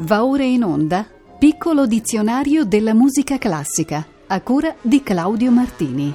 Va ora in onda Piccolo dizionario della musica classica, a cura di Claudio Martini.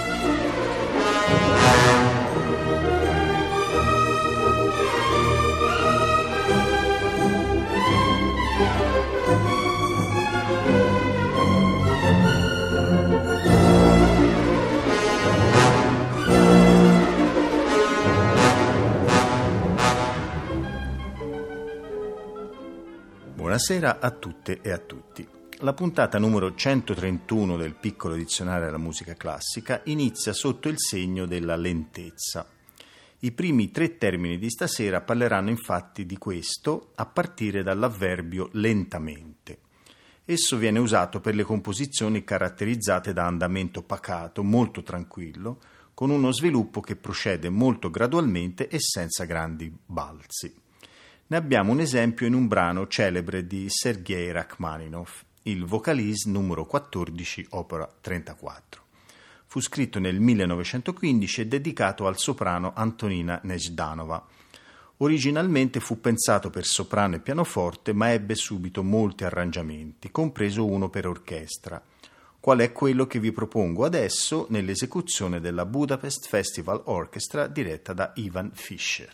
Buonasera a tutte e a tutti. La puntata numero 131 del Piccolo dizionario della musica classica inizia sotto il segno della lentezza. I primi 3 termini di stasera parleranno infatti di questo a partire dall'avverbio lentamente. Esso viene usato per le composizioni caratterizzate da andamento pacato, molto tranquillo, con uno sviluppo che procede molto gradualmente e senza grandi balzi. Ne abbiamo un esempio in un brano celebre di Sergei Rachmaninov, il Vocalise numero 14, opera 34. Fu scritto nel 1915 e dedicato al soprano Antonina Nezhdanova. Originalmente fu pensato per soprano e pianoforte, ma ebbe subito molti arrangiamenti, compreso uno per orchestra, qual è quello che vi propongo adesso nell'esecuzione della Budapest Festival Orchestra diretta da Ivan Fischer.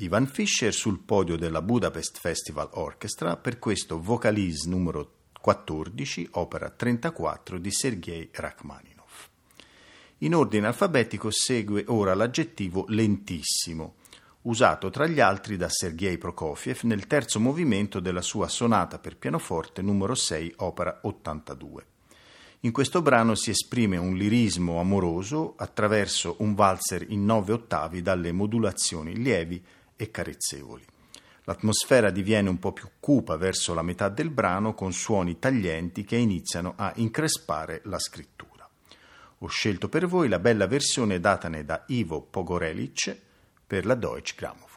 Ivan Fischer sul podio della Budapest Festival Orchestra per questo Vocalise numero 14, opera 34 di Sergei Rachmaninov. In ordine alfabetico segue ora l'aggettivo lentissimo, usato tra gli altri da Sergei Prokofiev nel terzo movimento della sua sonata per pianoforte numero 6, opera 82. In questo brano si esprime un lirismo amoroso attraverso un valzer in 9 ottavi dalle modulazioni lievi e carezzevoli. L'atmosfera diviene un po' più cupa verso la metà del brano con suoni taglienti che iniziano a increspare la scrittura. Ho scelto per voi la bella versione datane da Ivo Pogorelic per la Deutsche Grammophon.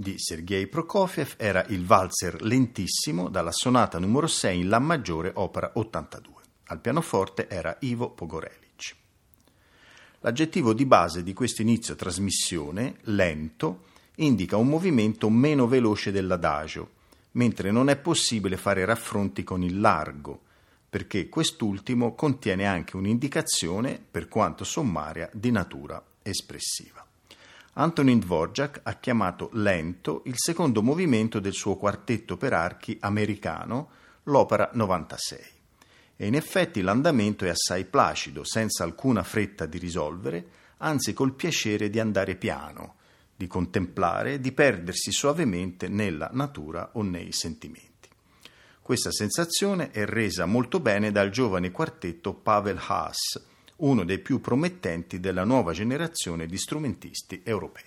di Sergei Prokofiev era il valzer lentissimo dalla sonata numero 6 in La maggiore, opera 82. Al pianoforte era Ivo Pogorelic. L'aggettivo di base di questo inizio trasmissione, lento, indica un movimento meno veloce dell'adagio, mentre non è possibile fare raffronti con il largo, perché quest'ultimo contiene anche un'indicazione, per quanto sommaria, di natura espressiva. Antonín Dvořák ha chiamato lento il secondo movimento del suo quartetto per archi americano, l'opera 96. E in effetti l'andamento è assai placido, senza alcuna fretta di risolvere, anzi col piacere di andare piano, di contemplare, di perdersi suavemente nella natura o nei sentimenti. Questa sensazione è resa molto bene dal giovane quartetto Pavel Haas, uno dei più promettenti della nuova generazione di strumentisti europei.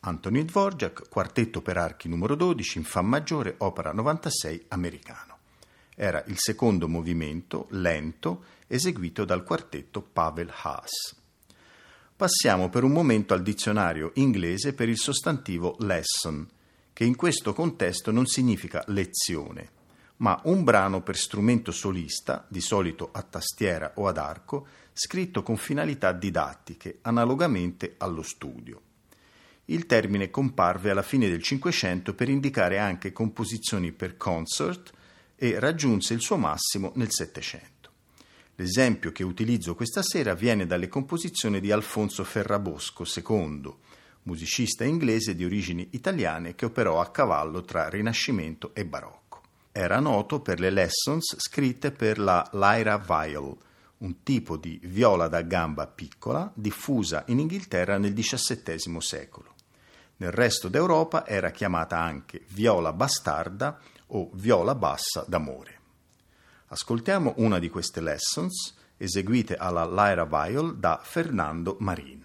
Antonín Dvořák, quartetto per archi numero 12 in fa maggiore, opera 96 americano. Era il secondo movimento, lento, eseguito dal quartetto Pavel Haas. Passiamo per un momento al dizionario inglese per il sostantivo lesson, che in questo contesto non significa lezione, ma un brano per strumento solista, di solito a tastiera o ad arco, scritto con finalità didattiche, analogamente allo studio. Il termine comparve alla fine del Cinquecento per indicare anche composizioni per concert e raggiunse il suo massimo nel Settecento. L'esempio che utilizzo questa sera viene dalle composizioni di Alfonso Ferrabosco II, musicista inglese di origini italiane che operò a cavallo tra Rinascimento e Barocco. Era noto per le lessons scritte per la lyra viol, un tipo di viola da gamba piccola diffusa in Inghilterra nel XVII secolo. Nel resto d'Europa era chiamata anche viola bastarda o viola bassa d'amore. Ascoltiamo una di queste lessons eseguite alla lyra viol da Fernando Marín.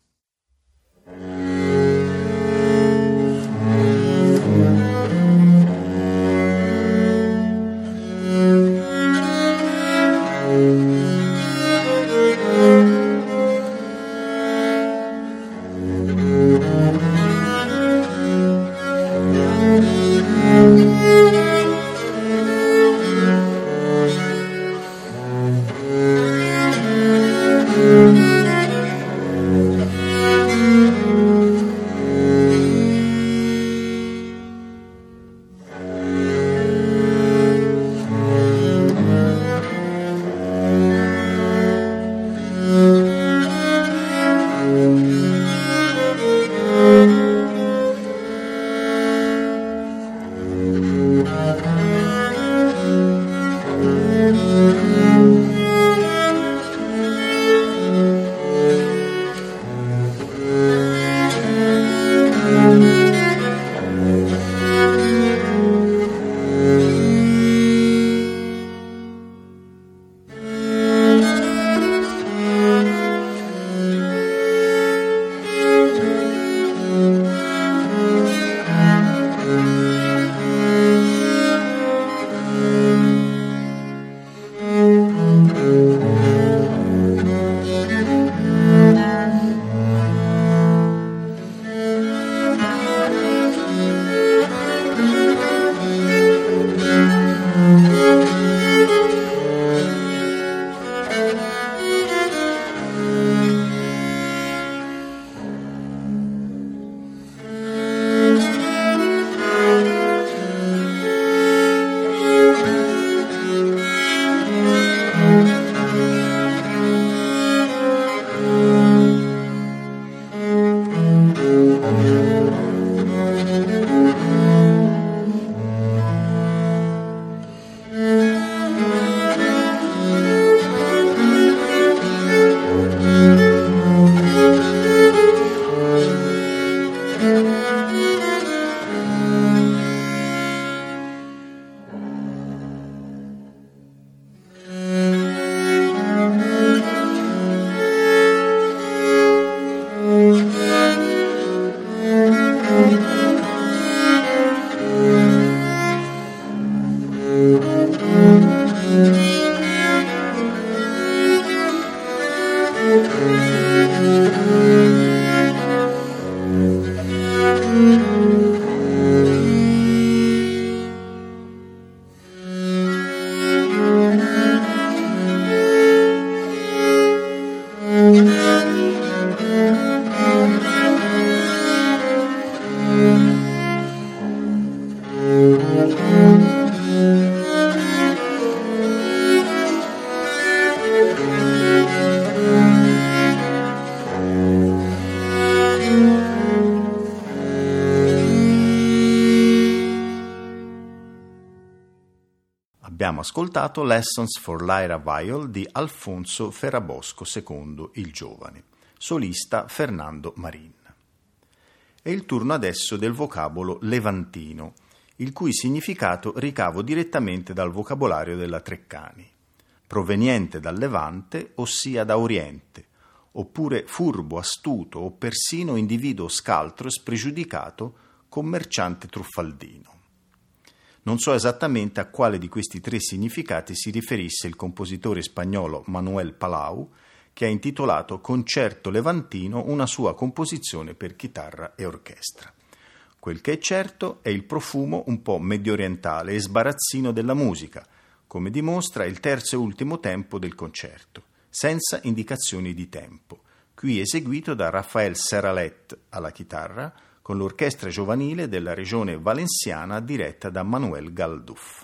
Abbiamo ascoltato Lessons for Lyra Viol di Alfonso Ferrabosco II il Giovane, solista Fernando Marín. È il turno adesso del vocabolo levantino, il cui significato ricavo direttamente dal vocabolario della Treccani. Proveniente dal Levante, ossia da Oriente, oppure furbo, astuto o persino individuo scaltro e spregiudicato, commerciante truffaldino. Non so esattamente a quale di questi tre significati si riferisse il compositore spagnolo Manuel Palau, che ha intitolato Concerto Levantino una sua composizione per chitarra e orchestra. Quel che è certo è il profumo un po' mediorientale e sbarazzino della musica, come dimostra il terzo e ultimo tempo del concerto, senza indicazioni di tempo, qui eseguito da Rafael Seralet alla chitarra, con l'orchestra giovanile della regione valenciana diretta da Manuel Galduf.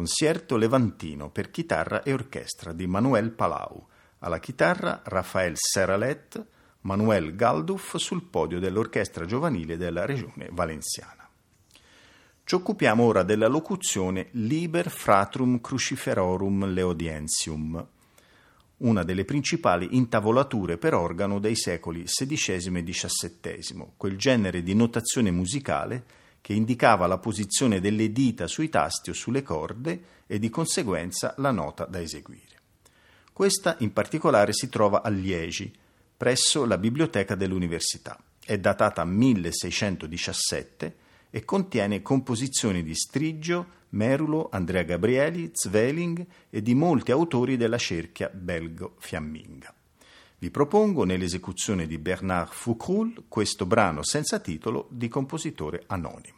Concierto Levantino per chitarra e orchestra di Manuel Palau. Alla chitarra Rafael Seralet, Manuel Galduf sul podio dell'orchestra giovanile della regione valenziana. Ci occupiamo ora della locuzione Liber Fratrum Cruciferorum Leodiensium, una delle principali intavolature per organo dei secoli XVI e XVII, quel genere di notazione musicale che indicava la posizione delle dita sui tasti o sulle corde e di conseguenza la nota da eseguire. Questa in particolare si trova a Liegi, presso la biblioteca dell'università. È datata 1617 e contiene composizioni di Striggio, Merulo, Andrea Gabrieli, Zweling e di molti autori della cerchia belgo-fiamminga. Vi propongo, nell'esecuzione di Bernard Foucroul, questo brano senza titolo di compositore anonimo.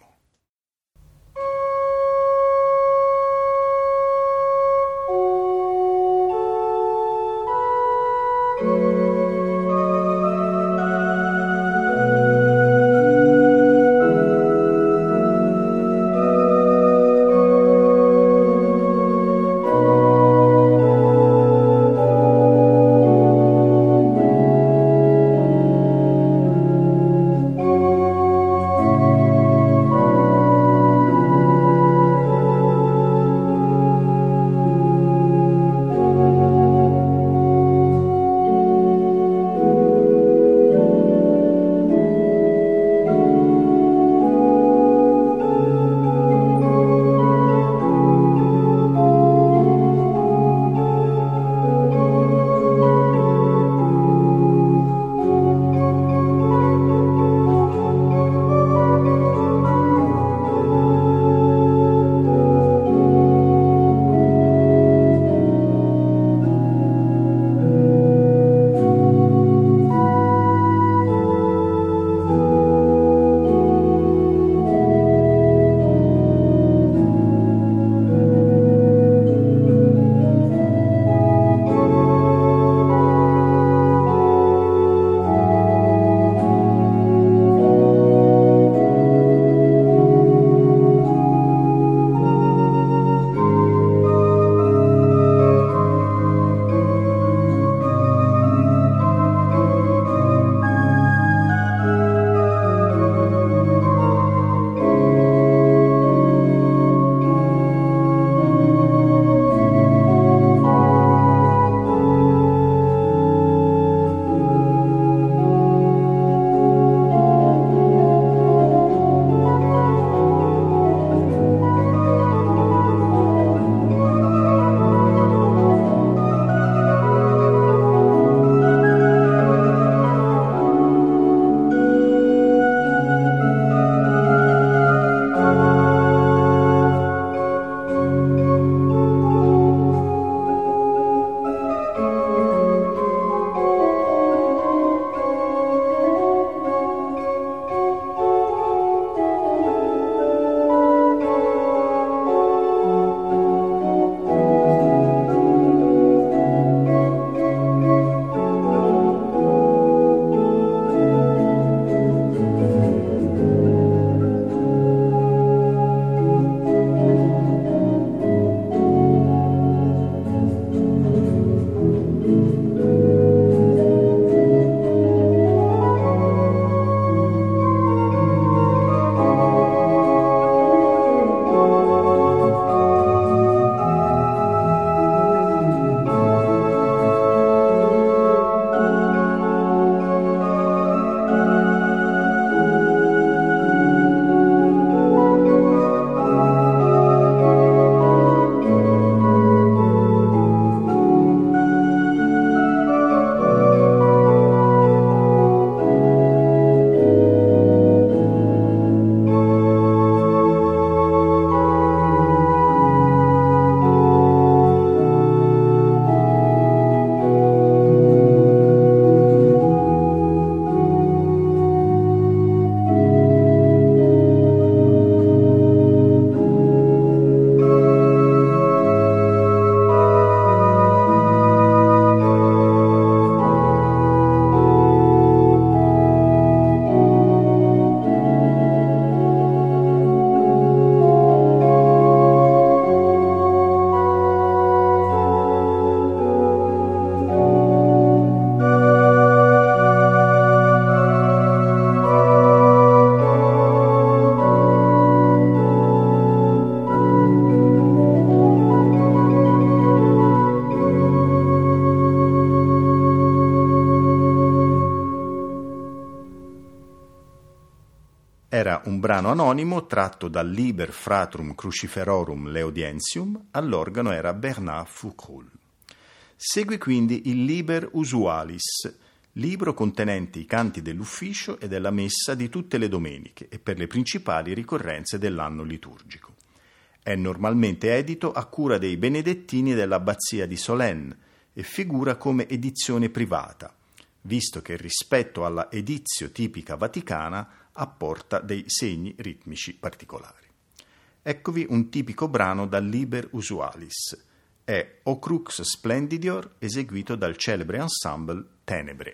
Era un brano anonimo tratto dal Liber Fratrum Cruciferorum Leodiensium, all'organo era Bernard Foucault. Segue quindi il Liber Usualis, libro contenente i canti dell'ufficio e della messa di tutte le domeniche e per le principali ricorrenze dell'anno liturgico. È normalmente edito a cura dei benedettini dell'abbazia di Solesnes e figura come edizione privata, visto che rispetto alla edizio tipica vaticana apporta dei segni ritmici particolari. Eccovi un tipico brano dal Liber Usualis. È O Crux Splendidior, eseguito dal celebre ensemble Tenebre.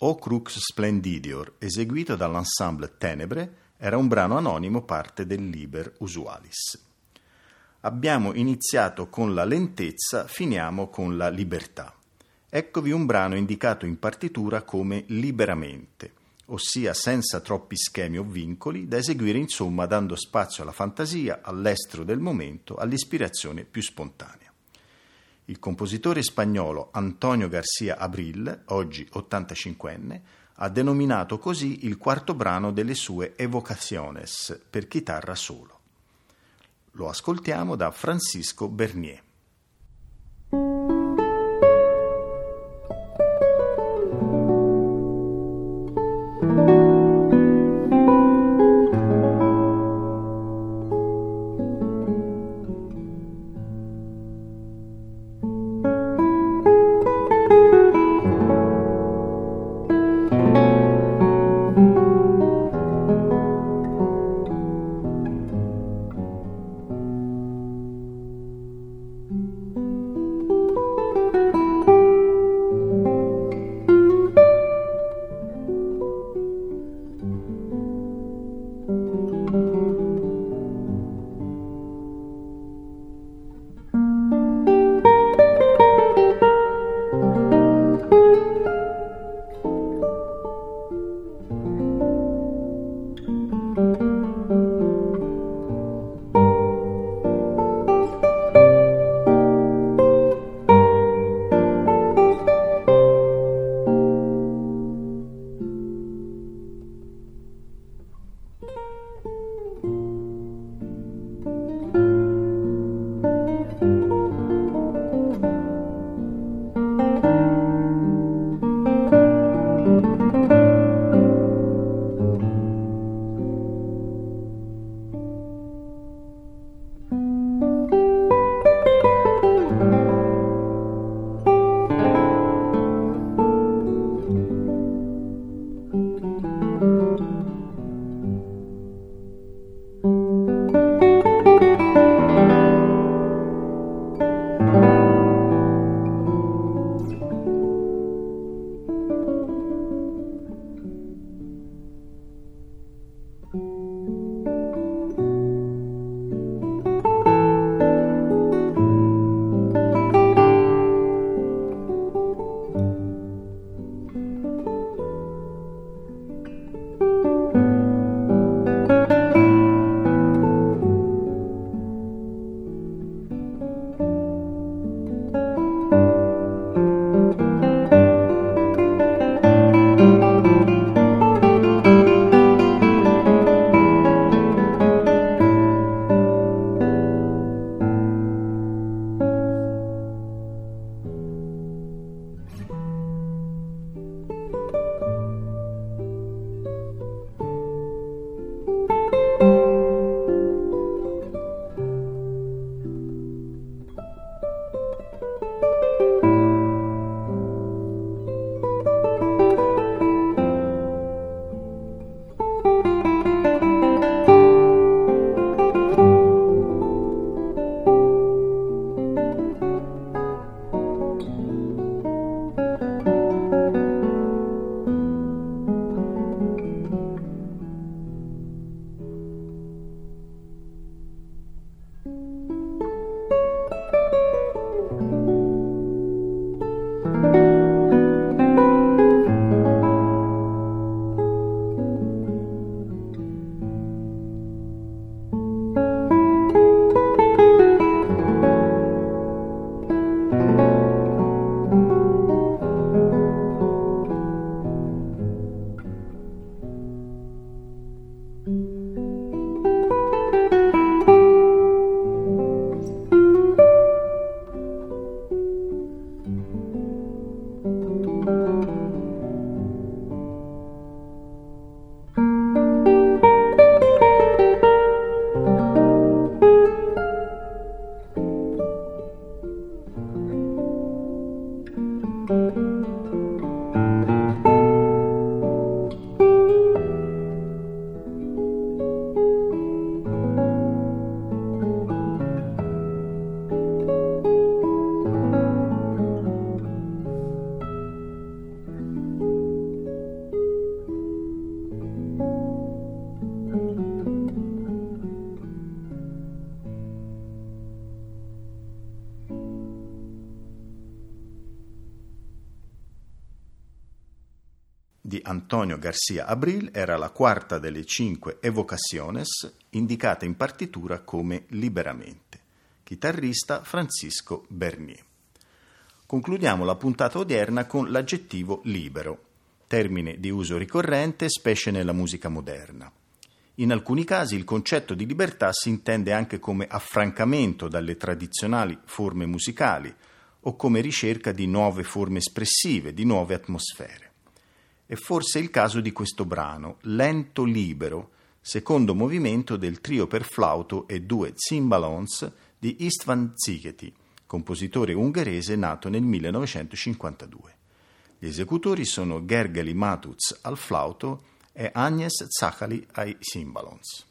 O Crux Splendidior, eseguito dall'ensemble Tenebre, era un brano anonimo parte del Liber Usualis. Abbiamo iniziato con la lentezza, finiamo con la libertà. Eccovi un brano indicato in partitura come liberamente, ossia senza troppi schemi o vincoli, da eseguire insomma dando spazio alla fantasia, all'estro del momento, all'ispirazione più spontanea. Il compositore spagnolo Antonio García Abril, oggi 85enne, ha denominato così il quarto brano delle sue Evocaciones per chitarra solo. Lo ascoltiamo da Francisco Bernier. Antonio García Abril era la quarta delle 5 Evocaciones, indicata in partitura come Liberamente. Chitarrista Francisco Bernier. Concludiamo la puntata odierna con l'aggettivo libero, termine di uso ricorrente, specie nella musica moderna. In alcuni casi il concetto di libertà si intende anche come affrancamento dalle tradizionali forme musicali o come ricerca di nuove forme espressive, di nuove atmosfere. È forse il caso di questo brano, Lento Libero, secondo movimento del trio per flauto e 2 cimbalons di István Szigeti, compositore ungherese nato nel 1952. Gli esecutori sono Gergely Mathusz al flauto e Agnes Zachary ai cimbalons.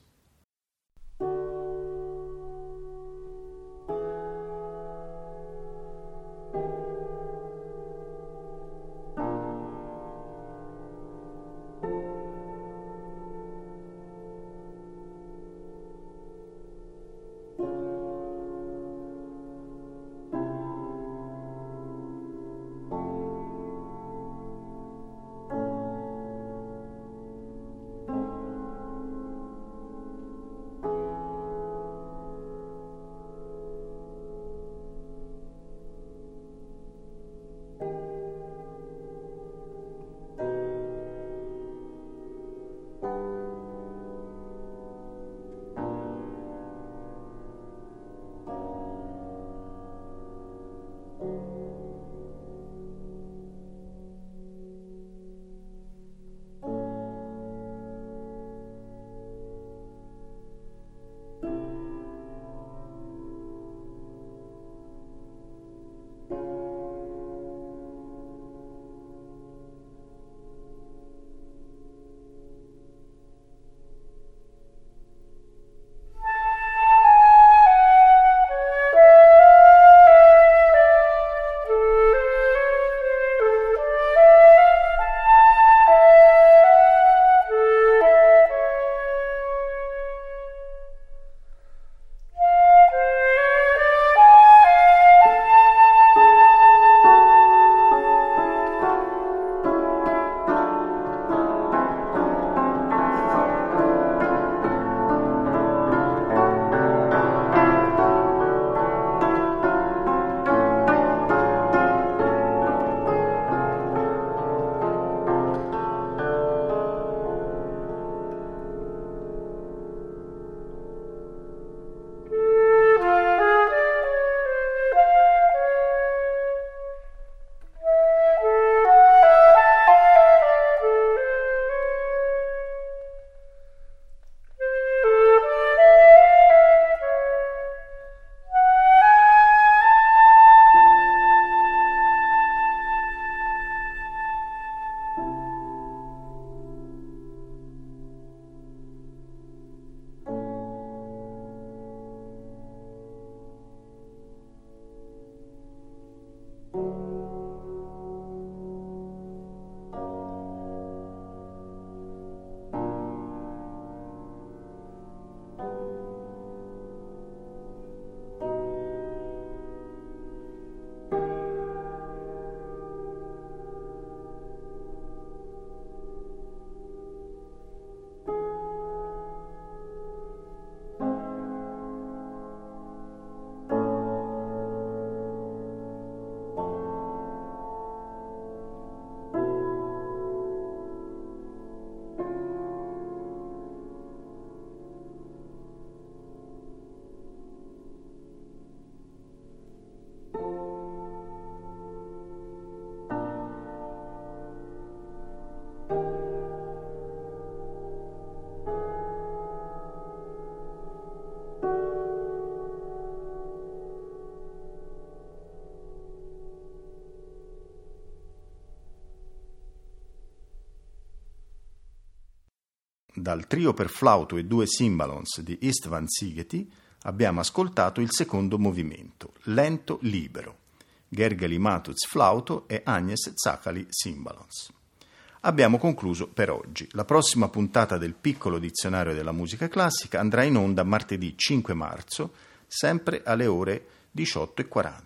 Dal trio per flauto e 2 cimbalons di István Szigeti abbiamo ascoltato il secondo movimento, Lento Libero, Gergely Mathusz flauto e Agnes Zachary cimbalons. Abbiamo concluso per oggi. La prossima puntata del Piccolo Dizionario della Musica Classica andrà in onda martedì 5 marzo, sempre alle ore 18:40.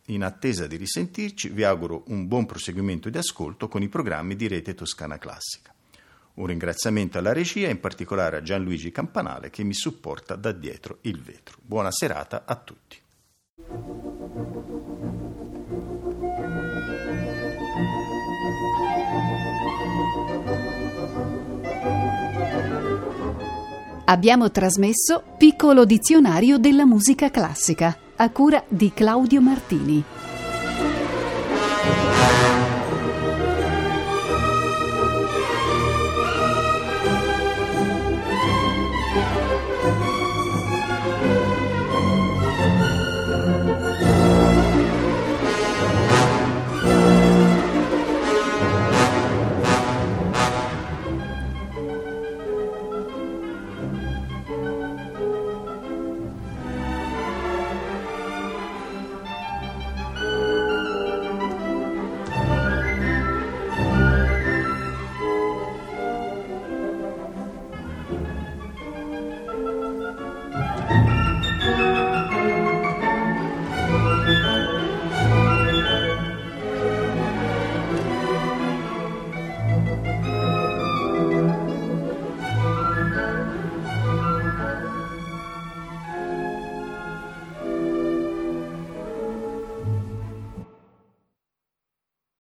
In attesa di risentirci, vi auguro un buon proseguimento di ascolto con i programmi di Rete Toscana Classica. Un ringraziamento alla regia, in particolare a Gianluigi Campanale, che mi supporta da dietro il vetro. Buona serata a tutti. Abbiamo trasmesso Piccolo dizionario della musica classica, a cura di Claudio Martini.